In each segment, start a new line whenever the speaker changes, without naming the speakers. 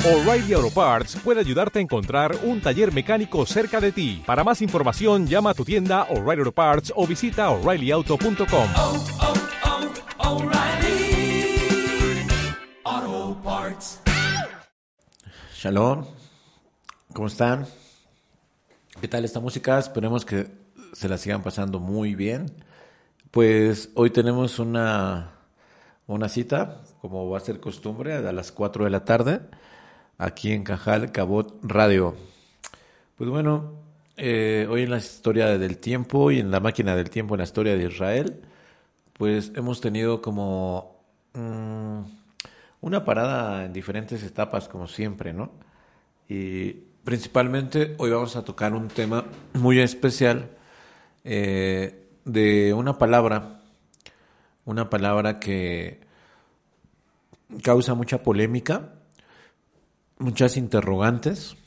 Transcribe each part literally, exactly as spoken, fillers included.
O'Reilly Auto Parts puede ayudarte a encontrar un taller mecánico cerca de ti. Para más información, llama a tu tienda O'Reilly Auto Parts o visita O'Reilly Auto punto com.
Oh, oh, oh, O'Reilly Auto Parts.
Shalom, ¿cómo están? ¿Qué tal esta música? Esperemos que se la sigan pasando muy bien. Pues hoy tenemos una, una cita, como va a ser costumbre, a las cuatro de la tarde, aquí en Cajal Cabot Radio. Pues bueno, eh, hoy en la historia del tiempo y en la máquina del tiempo en la historia de Israel, pues hemos tenido como mmm, una parada en diferentes etapas, como siempre, ¿no? Y principalmente hoy vamos a tocar un tema muy especial eh, de una palabra, una palabra que causa mucha polémica, muchas interrogantes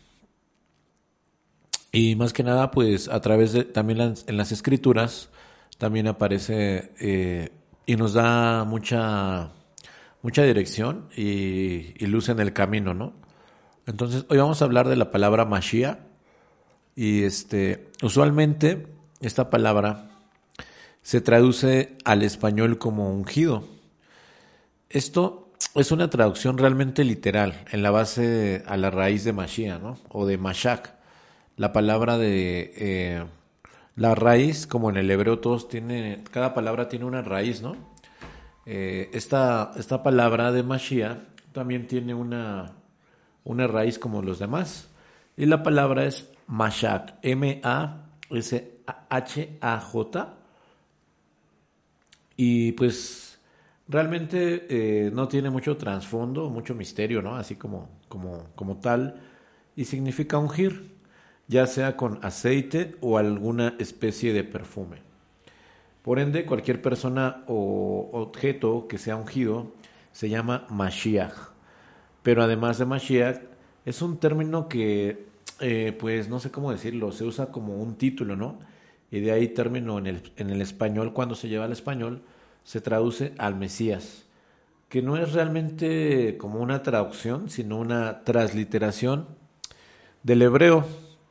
y más que nada pues a través de también las, en las escrituras también aparece eh, y nos da mucha mucha dirección y, y luz en el camino, ¿no? Entonces hoy vamos a hablar de la palabra Mashiach y este usualmente esta palabra se traduce al español como ungido. Esto es una traducción realmente literal, en la base a la raíz de Mashiach, ¿no? O de Mashak. La palabra de... Eh, la raíz, como en el hebreo todos tiene... Cada palabra tiene una raíz, ¿no? Eh, esta, esta palabra de Mashiach también tiene una, una raíz como los demás. Y la palabra es Mashak. M A S H A J. Y pues... Realmente eh, no tiene mucho trasfondo, mucho misterio, ¿no? Así como, como, como tal. Y significa ungir, ya sea con aceite o alguna especie de perfume. Por ende, cualquier persona o objeto que sea ungido se llama Mashiach. Pero además de Mashiach, es un término que, eh, pues no sé cómo decirlo, se usa como un título, ¿no? Y de ahí término en el, en el español, cuando se lleva al español, se traduce al Mesías, que no es realmente como una traducción, sino una transliteración del hebreo.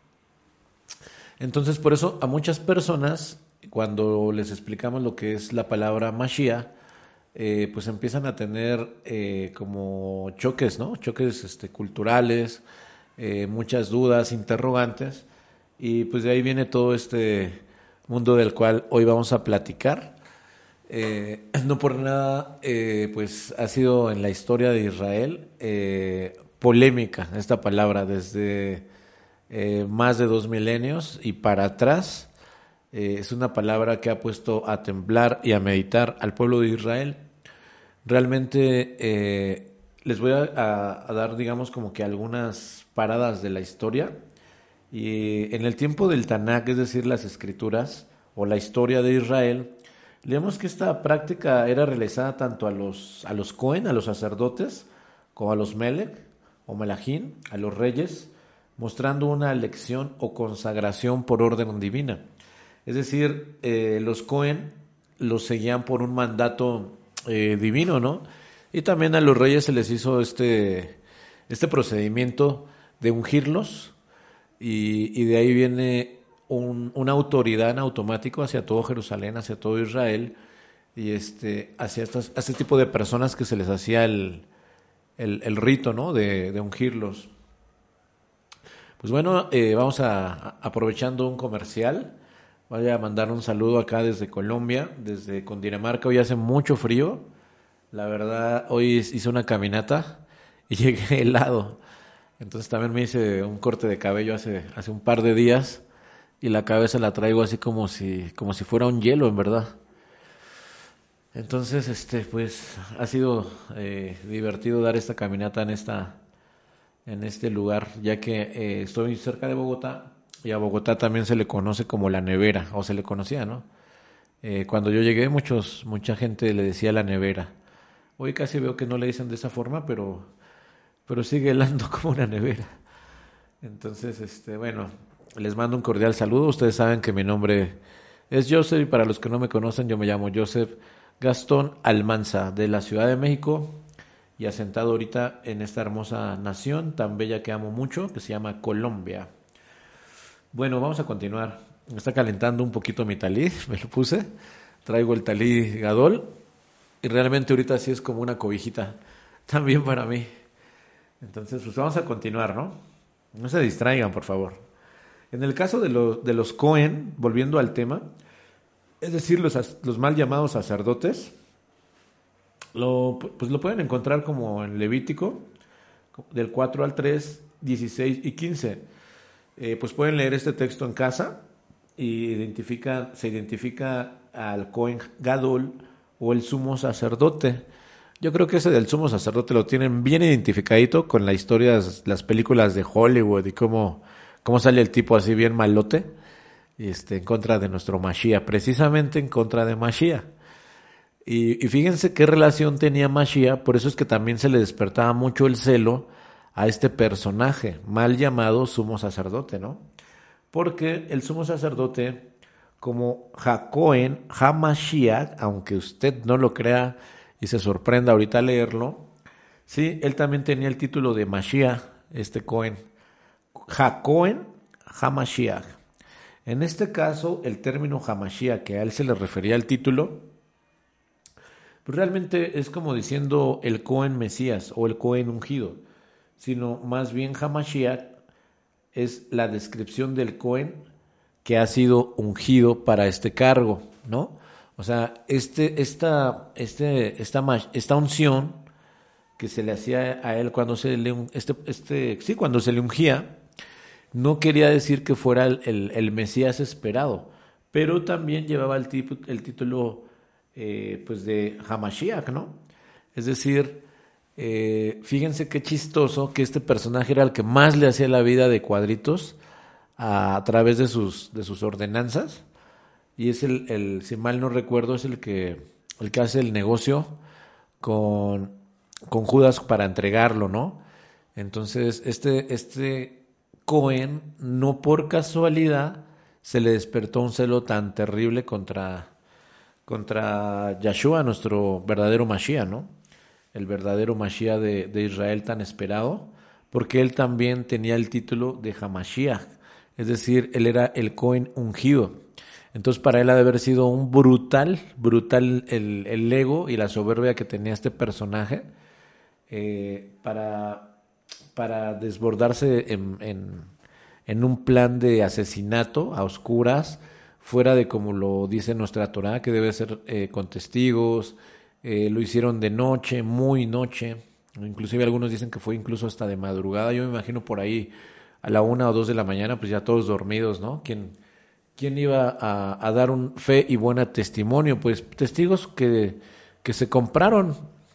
Entonces, por eso a muchas personas, cuando les explicamos lo que es la palabra Mashiach, eh, pues empiezan a tener eh, como choques, ¿no? Choques este, culturales, eh, muchas dudas, interrogantes, y pues de ahí viene todo este mundo del cual hoy vamos a platicar. Eh, no por nada, eh, pues ha sido en la historia de Israel eh, polémica esta palabra desde eh, más de dos milenios y para atrás. Eh, es una palabra que ha puesto a temblar y a meditar al pueblo de Israel. Realmente eh, les voy a, a, a dar, digamos, como que algunas paradas de la historia. Y en el tiempo del Tanakh, es decir, las escrituras o la historia de Israel, leemos que esta práctica era realizada tanto a los, a los Cohen, a los sacerdotes, como a los Melech o Melahim, a los reyes, mostrando una elección o consagración por orden divina. Es decir, eh, los Cohen los seguían por un mandato eh, divino, ¿no? Y también a los reyes se les hizo este, este procedimiento de ungirlos y, y de ahí viene Un, una autoridad en automático hacia todo Jerusalén, hacia todo Israel y este hacia estas, a este tipo de personas que se les hacía el, el, el rito, ¿no? de, de ungirlos. Pues bueno, eh, vamos a, a aprovechando un comercial, voy a mandar un saludo acá desde Colombia, desde Cundinamarca. Hoy hace mucho frío, la verdad hoy hice una caminata y llegué helado, entonces también me hice un corte de cabello hace, hace un par de días y la cabeza la traigo así como si como si fuera un hielo, en verdad. Entonces, este, pues, ha sido eh, divertido dar esta caminata en esta en este lugar, ya que eh, estoy cerca de Bogotá y a Bogotá también se le conoce como la nevera, o se le conocía, ¿no? Eh, cuando yo llegué, muchos mucha gente le decía la nevera. Hoy casi veo que no le dicen de esa forma, pero pero sigue helando como una nevera. Entonces, este, bueno, les mando un cordial saludo. Ustedes saben que mi nombre es Joseph y para los que no me conocen, yo me llamo Joseph Gastón Almanza de la Ciudad de México y asentado ahorita en esta hermosa nación tan bella que amo mucho, que se llama Colombia. Bueno, vamos a continuar. Me está calentando un poquito mi talí, me lo puse. Traigo el talí Gadol y realmente ahorita sí es como una cobijita también para mí. Entonces, pues vamos a continuar, ¿no? No se distraigan, por favor. En el caso de, los de los Cohen, volviendo al tema, es decir, los, los mal llamados sacerdotes, lo, pues lo pueden encontrar como en Levítico, del cuatro al tres, dieciséis y quince. Eh, pues pueden leer este texto en casa y identifica, se identifica al Cohen Gadol o el sumo sacerdote. Yo creo que ese del sumo sacerdote lo tienen bien identificadito con las historias, las películas de Hollywood y cómo, cómo sale el tipo así bien malote este, en contra de nuestro Mashiach, precisamente en contra de Mashiach. Y, y fíjense qué relación tenía Mashiach, por eso es que también se le despertaba mucho el celo a este personaje, mal llamado sumo sacerdote, ¿no? Porque el sumo sacerdote, como Jacoen, Hamashiach, aunque usted no lo crea y se sorprenda ahorita al leerlo, sí, él también tenía el título de Mashiach, este Cohen, Jacoen, Hamashiach. En este caso, el término Hamashiach, que a él se le refería al título, pues realmente es como diciendo el Cohen Mesías o el Cohen ungido, sino más bien Hamashiach es la descripción del Cohen que ha sido ungido para este cargo, ¿no? O sea, este, esta, este, esta, esta unción que se le hacía a él cuando se le, este, este, sí, cuando se le ungía, no quería decir que fuera el, el, el Mesías esperado, pero también llevaba el, tipo, el título eh, pues de Hamashiach, ¿no? Es decir, eh, fíjense qué chistoso que este personaje era el que más le hacía la vida de cuadritos a, a través de sus, de sus ordenanzas. Y es el, el, si mal no recuerdo, es el que, el que hace el negocio con, con Judas para entregarlo, ¿no? Entonces, este, este Cohen, no por casualidad, se le despertó un celo tan terrible contra, contra Yahshua, nuestro verdadero Mashiach, ¿no? El verdadero Mashiach de, de Israel tan esperado, porque él también tenía el título de Hamashiach, es decir, él era el Cohen ungido. Entonces para él ha de haber sido un brutal, brutal el, el ego y la soberbia que tenía este personaje eh, para, para desbordarse en, en, en un plan de asesinato a oscuras, fuera de como lo dice nuestra Torá, que debe ser eh, con testigos. Eh, lo hicieron de noche, muy noche, inclusive algunos dicen que fue incluso hasta de madrugada. Yo me imagino por ahí a la una o dos de la mañana, pues ya todos dormidos, ¿no? ¿Quién ¿Quién iba a, a dar un fe y buena testimonio? Pues testigos que, que se compraron,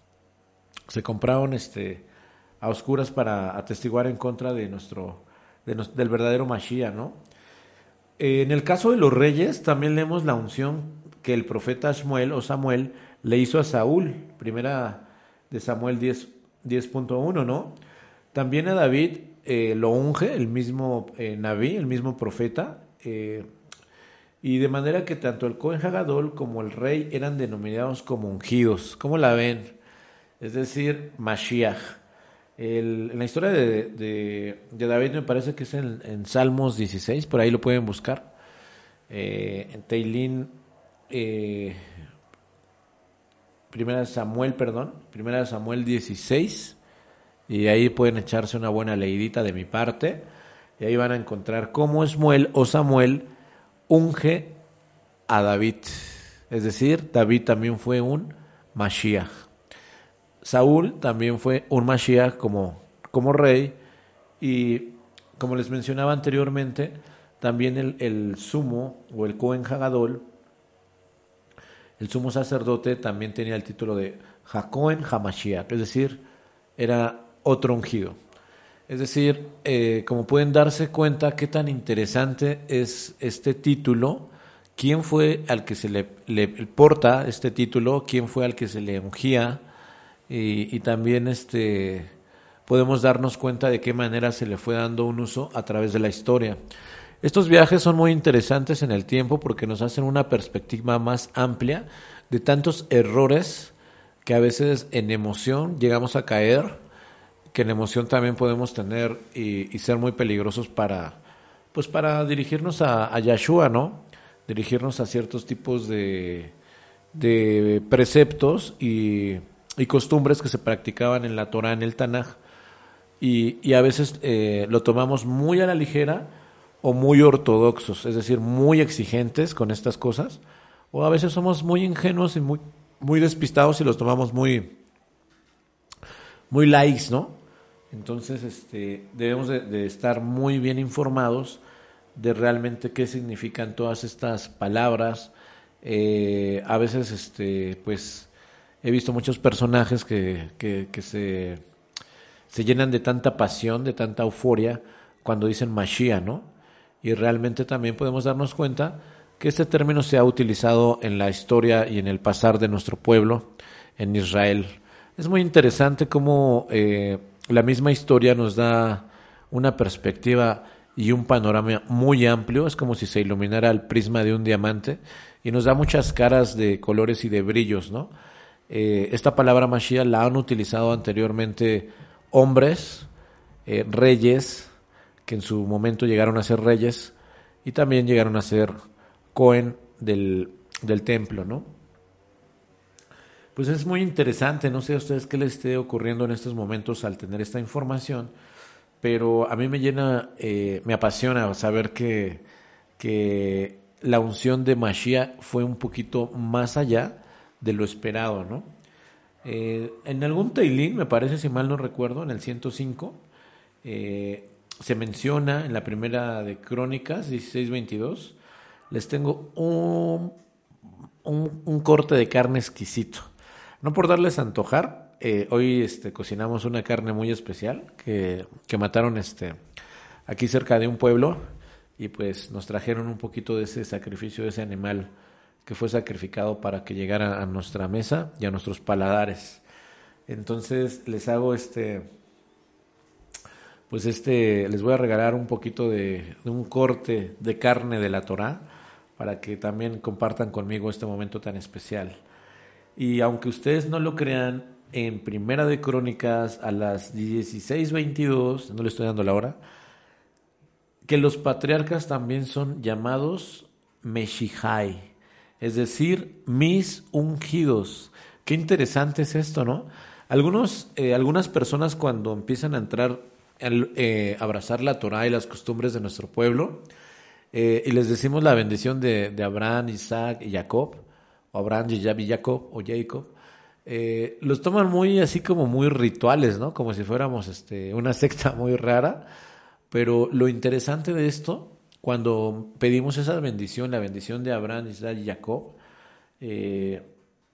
se compraron este, a oscuras para atestiguar en contra de nuestro, de nos, del verdadero Mashiach, ¿no? Eh, en el caso de los reyes, también leemos la unción que el profeta Shmuel o Samuel le hizo a Saúl, primera de Samuel diez punto uno, ¿no? También a David eh, lo unge, el mismo eh, Naví, el mismo profeta, eh, y de manera que tanto el Cohen Hagadol como el rey eran denominados como ungidos. ¿Cómo la ven? Es decir, Mashiach. El, en la historia de, de, de David me parece que es en, en Salmos dieciséis, por ahí lo pueden buscar. Eh, en Teilín, eh, Primera de Samuel, perdón, Primera de Samuel dieciséis, y ahí pueden echarse una buena leidita de mi parte, y ahí van a encontrar cómo Shmuel o Samuel unge a David, es decir, David también fue un Mashiach. Saúl también fue un Mashiach como, como rey, y como les mencionaba anteriormente, también el, el sumo o el Cohen Hagadol, el sumo sacerdote, también tenía el título de Jacoen Hamashiach, es decir, era otro ungido. Es decir, eh, como pueden darse cuenta qué tan interesante es este título, quién fue al que se le, le porta este título, quién fue al que se le ungía, y, y también este, podemos darnos cuenta de qué manera se le fue dando un uso a través de la historia. Estos viajes son muy interesantes en el tiempo porque nos hacen una perspectiva más amplia de tantos errores que a veces en emoción llegamos a caer, que en emoción también podemos tener y, y ser muy peligrosos para, pues para dirigirnos a, a Yahshua, ¿no? Dirigirnos a ciertos tipos de, de preceptos y, y costumbres que se practicaban en la Torah, en el Tanaj, y, y a veces eh, lo tomamos muy a la ligera o muy ortodoxos, es decir, muy exigentes con estas cosas, o a veces somos muy ingenuos y muy, muy despistados y los tomamos muy, muy likes, ¿no? Entonces, este, debemos de, de estar muy bien informados de realmente qué significan todas estas palabras. Eh, a veces, este, pues, he visto muchos personajes que, que, que se, se llenan de tanta pasión, de tanta euforia cuando dicen Mashiach, ¿no? Y realmente también podemos darnos cuenta que este término se ha utilizado en la historia y en el pasar de nuestro pueblo en Israel. Es muy interesante cómo eh, la misma historia nos da una perspectiva y un panorama muy amplio. Es como si se iluminara el prisma de un diamante y nos da muchas caras de colores y de brillos, ¿no? Eh, esta palabra Mashiach la han utilizado anteriormente hombres, eh, reyes, que en su momento llegaron a ser reyes y también llegaron a ser Cohen del, del templo, ¿no? Pues es muy interesante, no sé a ustedes qué les esté ocurriendo en estos momentos al tener esta información, pero a mí me llena, eh, me apasiona saber que, que la unción de Mashiach fue un poquito más allá de lo esperado, ¿no? Eh, en algún Teilín, me parece, si mal no recuerdo, en el ciento cinco, eh, se menciona en la primera de Crónicas dieciséis veintidós. Les tengo un, un, un corte de carne exquisito. No por darles a antojar, eh, hoy este, cocinamos una carne muy especial que, que mataron este, aquí cerca de un pueblo y pues nos trajeron un poquito de ese sacrificio, de ese animal que fue sacrificado para que llegara a nuestra mesa y a nuestros paladares. Entonces les hago este, pues este, les voy a regalar un poquito de, de un corte de carne de la Torá para que también compartan conmigo este momento tan especial. Y aunque ustedes no lo crean, en Primera de Crónicas a las dieciséis veintidós, no le estoy dando la hora, que los patriarcas también son llamados Meshihai, es decir, mis ungidos. Qué interesante es esto, ¿no? Algunos, eh, algunas personas cuando empiezan a entrar a eh, abrazar la Torá y las costumbres de nuestro pueblo, eh, y les decimos la bendición de, de Abraham, Isaac y Jacob, o Abraham y Jacob, o Jacob, eh, los toman muy así como muy rituales, ¿no? Como si fuéramos este, una secta muy rara. Pero lo interesante de esto, cuando pedimos esa bendición, la bendición de Abraham, Isaac y Jacob, eh,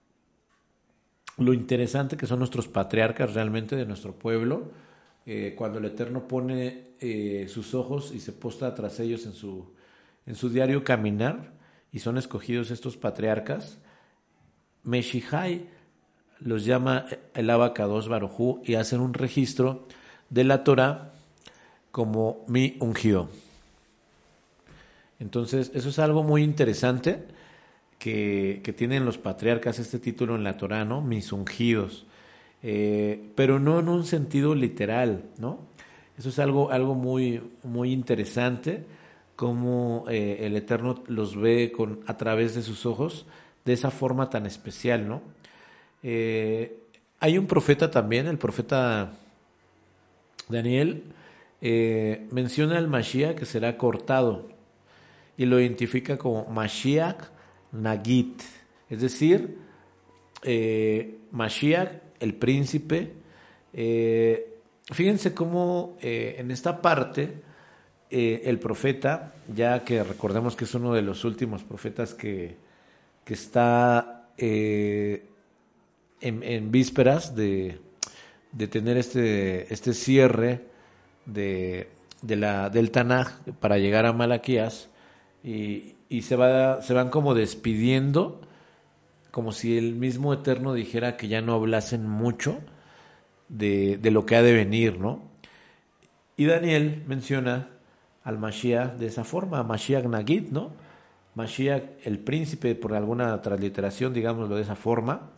lo interesante que son nuestros patriarcas realmente de nuestro pueblo, eh, cuando el Eterno pone eh, sus ojos y se postra tras ellos en su, en su diario caminar, y son escogidos estos patriarcas, Meshihai los llama el Abacados Barujú y hacen un registro de la Torah como mi ungido. Entonces, eso es algo muy interesante que, que tienen los patriarcas este título en la Torá, ¿no? Mis ungidos. Eh, pero no en un sentido literal, ¿no? Eso es algo, algo muy, muy interesante, como eh, el Eterno los ve con, a través de sus ojos, de esa forma tan especial, ¿no? Eh, hay un profeta también, el profeta Daniel, Eh, menciona al Mashiach que será cortado y lo identifica como Mashiach Nagit, es decir, eh, Mashiach, el príncipe. Eh, fíjense cómo eh, en esta parte eh, el profeta, ya que recordemos que es uno de los últimos profetas que, que está eh, en, en vísperas de, de tener este, este cierre de, de la, del Tanaj para llegar a Malaquías, y, y se, va, se van como despidiendo, como si el mismo Eterno dijera que ya no hablasen mucho de, de lo que ha de venir, ¿no? Y Daniel menciona al Mashiach de esa forma, Mashiach Nagid, ¿no? Mashiach, el príncipe, por alguna transliteración, digámoslo de esa forma.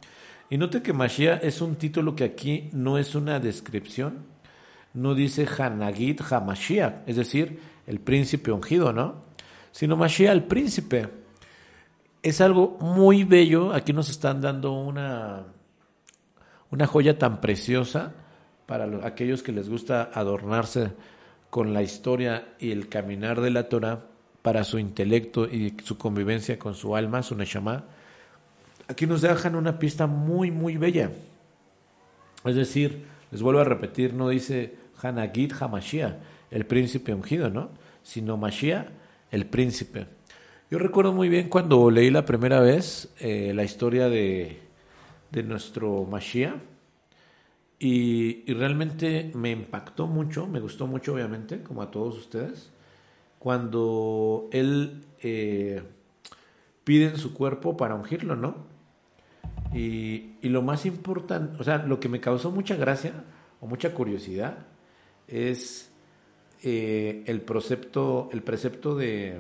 Y note que Mashiach es un título que aquí no es una descripción, no dice Hanagid HaMashiach, es decir, el príncipe ungido, ¿no? Sino Mashiach, el príncipe. Es algo muy bello, aquí nos están dando una, una joya tan preciosa para los, aquellos que les gusta adornarse con la historia y el caminar de la Torah para su intelecto y su convivencia con su alma, su neshama. Aquí nos dejan una pista muy, muy bella. Es decir, les vuelvo a repetir, no dice Hanagid HaMashiach, el príncipe ungido, ¿no? Sino Mashiach, el príncipe. Yo recuerdo muy bien cuando leí la primera vez eh, la historia de, de nuestro Mashiach y, y realmente me impactó mucho, me gustó mucho obviamente, como a todos ustedes, cuando él eh, pide su cuerpo para ungirlo, ¿no? Y, y lo más importante, o sea, lo que me causó mucha gracia o mucha curiosidad es eh, el precepto, el precepto de,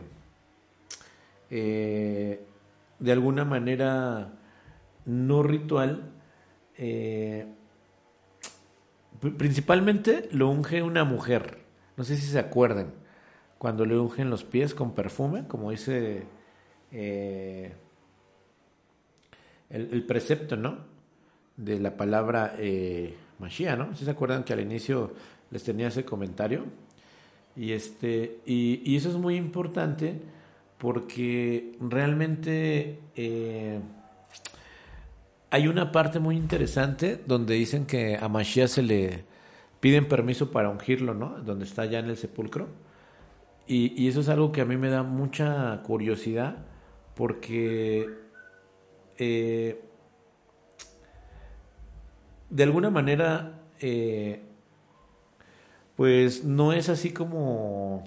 eh, de alguna manera no ritual, eh, principalmente lo unge una mujer. No sé si se acuerdan, cuando le ungen los pies con perfume, como dice eh, el, el precepto, ¿no? De la palabra eh, Mashiach, ¿no? ¿Sí se acuerdan que al inicio les tenía ese comentario? Y, este, y, y eso es muy importante porque realmente eh, hay una parte muy interesante donde dicen que a Mashiach se le piden permiso para ungirlo, ¿no? Donde está ya en el sepulcro. Y, y eso es algo que a mí me da mucha curiosidad porque eh, de alguna manera eh, pues no es así como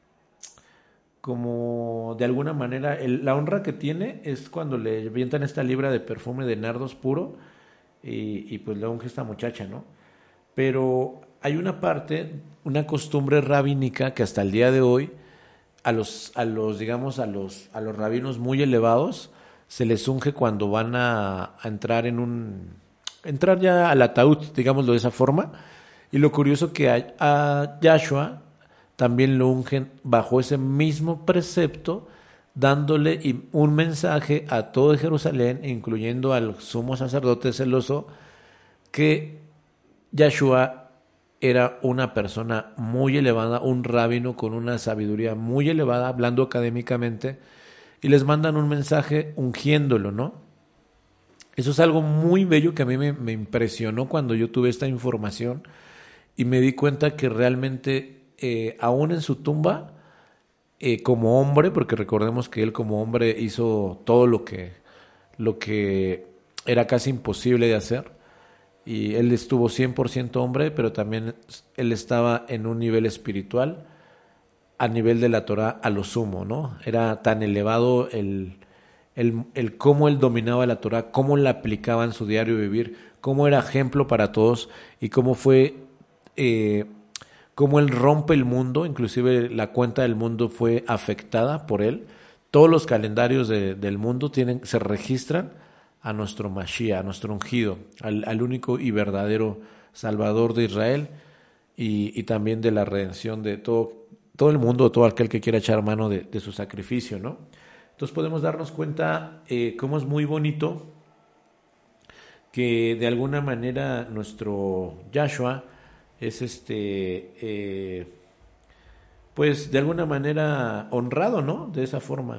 como de alguna manera el, la honra que tiene es cuando le avientan esta libra de perfume de nardos puro y, y pues le unge esta muchacha, ¿no? Pero hay una parte, una costumbre rabínica que hasta el día de hoy a los, a los digamos, a los, a los rabinos muy elevados se les unge cuando van a, a entrar en un, entrar ya al ataúd, digámoslo de esa forma. Y lo curioso que a, a Yahshua también lo ungen bajo ese mismo precepto, dándole un mensaje a todo Jerusalén, incluyendo al sumo sacerdote celoso, que Yahshua era una persona muy elevada, un rabino con una sabiduría muy elevada, hablando académicamente, y les mandan un mensaje ungiéndolo, ¿no? Eso es algo muy bello que a mí me, me impresionó cuando yo tuve esta información y me di cuenta que realmente, eh, aún en su tumba, eh, como hombre, porque recordemos que él como hombre hizo todo lo que, lo que era casi imposible de hacer, y él estuvo cien por ciento hombre, pero también él estaba en un nivel espiritual, a nivel de la Torah a lo sumo, ¿no? Era tan elevado el, el, el cómo él dominaba la Torah, cómo la aplicaba en su diario vivir, cómo era ejemplo para todos y cómo fue, eh, cómo él rompe el mundo, inclusive la cuenta del mundo fue afectada por él. Todos los calendarios de, del mundo tienen, se registran a nuestro Mashiach, a nuestro ungido, al, al único y verdadero Salvador de Israel y, y también de la redención de todo, todo el mundo, todo aquel que quiera echar mano de, de su sacrificio, ¿no? Entonces podemos darnos cuenta eh, cómo es muy bonito que de alguna manera nuestro Yahshua es este, eh, pues de alguna manera honrado, ¿no? De esa forma.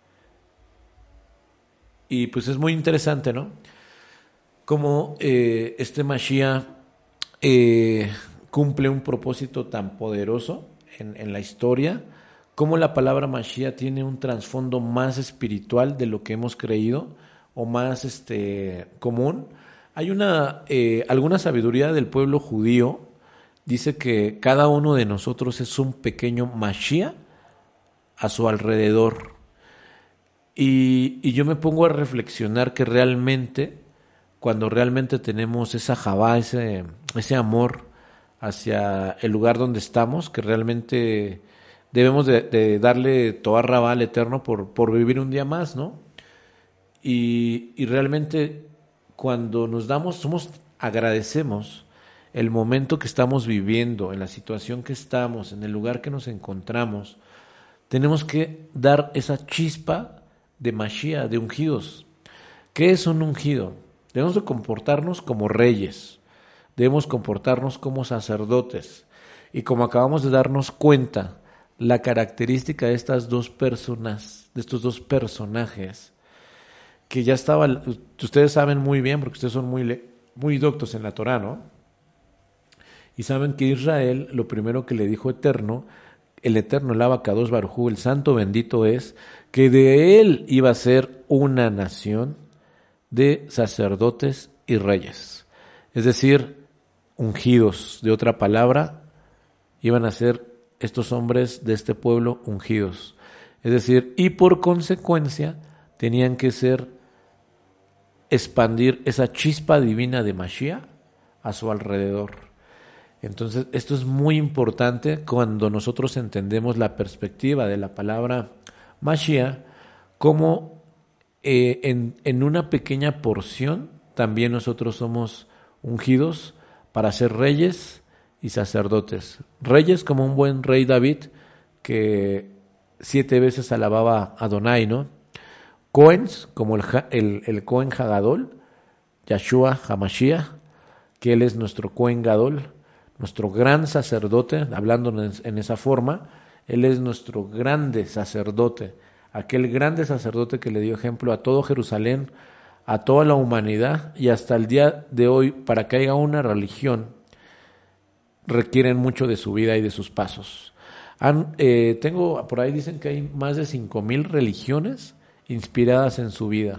Y pues es muy interesante, ¿no? Cómo eh, este Mashiach eh, cumple un propósito tan poderoso en, en la historia, cómo la palabra Mashiach tiene un trasfondo más espiritual de lo que hemos creído o más este, común. Hay una eh, alguna sabiduría del pueblo judío, dice que cada uno de nosotros es un pequeño Mashiach a su alrededor. Y, y yo me pongo a reflexionar que realmente, cuando realmente tenemos esa jabá, ese, ese amor hacia el lugar donde estamos, que realmente debemos de, de darle toda rabá al Eterno por, por vivir un día más, ¿no? Y, y realmente cuando nos damos, somos, agradecemos el momento que estamos viviendo, en la situación que estamos, en el lugar que nos encontramos, tenemos que dar esa chispa de Mashiach, de ungidos. ¿Qué es un ungido? Debemos de comportarnos como reyes, debemos comportarnos como sacerdotes. Y como acabamos de darnos cuenta, la característica de estas dos personas, de estos dos personajes, que ya estaba, ustedes saben muy bien, porque ustedes son muy, muy doctos en la Torá, ¿no? Y saben que Israel, lo primero que le dijo Eterno, el Eterno, el Abacados Barujú, el Santo bendito es, que de él iba a ser una nación de sacerdotes y reyes. Es decir, ungidos, de otra palabra, iban a ser estos hombres de este pueblo ungidos. Es decir, y por consecuencia tenían que ser, expandir esa chispa divina de Mashiach a su alrededor. Entonces, esto es muy importante cuando nosotros entendemos la perspectiva de la palabra Mashiach, como eh, en, en una pequeña porción también nosotros somos ungidos para ser reyes y sacerdotes. Reyes como un buen rey David, que siete veces alababa a Adonai, ¿no? Cohens, como el, el, el Cohen Hagadol, Yahshua Hamashiach, que él es nuestro Cohen Gadol, nuestro gran sacerdote, hablando en, en esa forma, él es nuestro grande sacerdote, aquel grande sacerdote que le dio ejemplo a todo Jerusalén, a toda la humanidad, y hasta el día de hoy, para que haya una religión, requieren mucho de su vida y de sus pasos. Han, eh, tengo, por ahí dicen que hay más de cinco mil religiones inspiradas en su vida.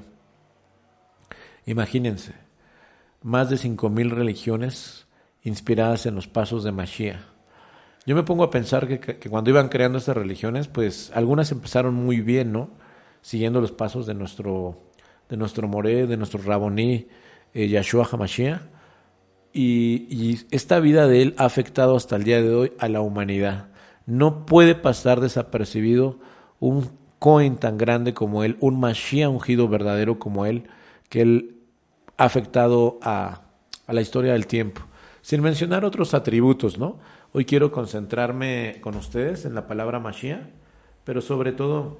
Imagínense, más de cinco mil religiones inspiradas en los pasos de Mashiach. Yo me pongo a pensar que, que, que cuando iban creando estas religiones, pues algunas empezaron muy bien, ¿no? Siguiendo los pasos de nuestro, de nuestro Moré, de nuestro Raboní, eh, Yahshua HaMashiach. Y, y esta vida de él ha afectado hasta el día de hoy a la humanidad. No puede pasar desapercibido un Cohen tan grande como él, un Mashiach ungido verdadero como él, que él ha afectado a, a la historia del tiempo. Sin mencionar otros atributos, ¿no? Hoy quiero concentrarme con ustedes en la palabra Mashiach, pero sobre todo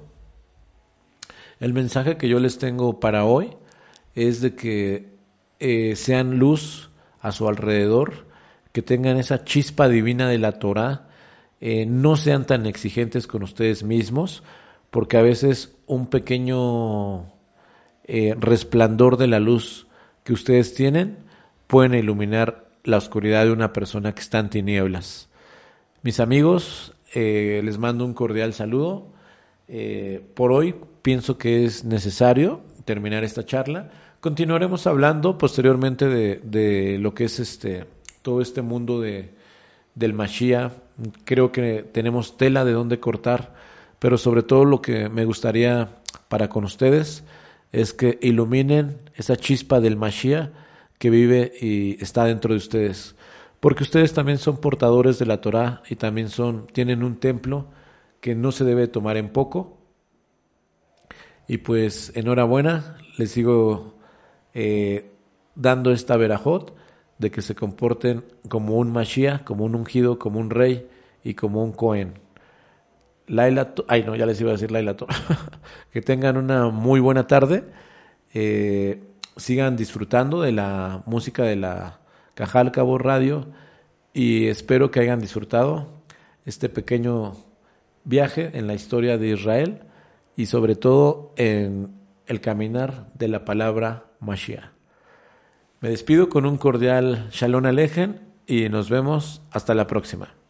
el mensaje que yo les tengo para hoy es de que eh, sean luz a su alrededor, que tengan esa chispa divina de la Torah, eh, no sean tan exigentes con ustedes mismos, porque a veces un pequeño eh, resplandor de la luz que ustedes tienen pueden iluminar la oscuridad de una persona que está en tinieblas. Mis amigos, eh, les mando un cordial saludo. Eh, por hoy pienso que es necesario terminar esta charla. Continuaremos hablando posteriormente de, de lo que es este todo este mundo de, del Mashiach. Creo que tenemos tela de dónde cortar, pero sobre todo lo que me gustaría para con ustedes es que iluminen esa chispa del Mashiach que vive y está dentro de ustedes, porque ustedes también son portadores de la Torá y también son tienen un templo que no se debe tomar en poco. Y pues enhorabuena, les sigo eh, dando esta verajot de que se comporten como un Mashiach, como un ungido, como un rey y como un Cohen. Laila, ay no, ya les iba a decir Laila, que tengan una muy buena tarde. Eh, sigan disfrutando de la música de la Cajal Cabo Radio y espero que hayan disfrutado este pequeño viaje en la historia de Israel y sobre todo en el caminar de la palabra Mashiach. Me despido con un cordial Shalom Alejem y nos vemos hasta la próxima.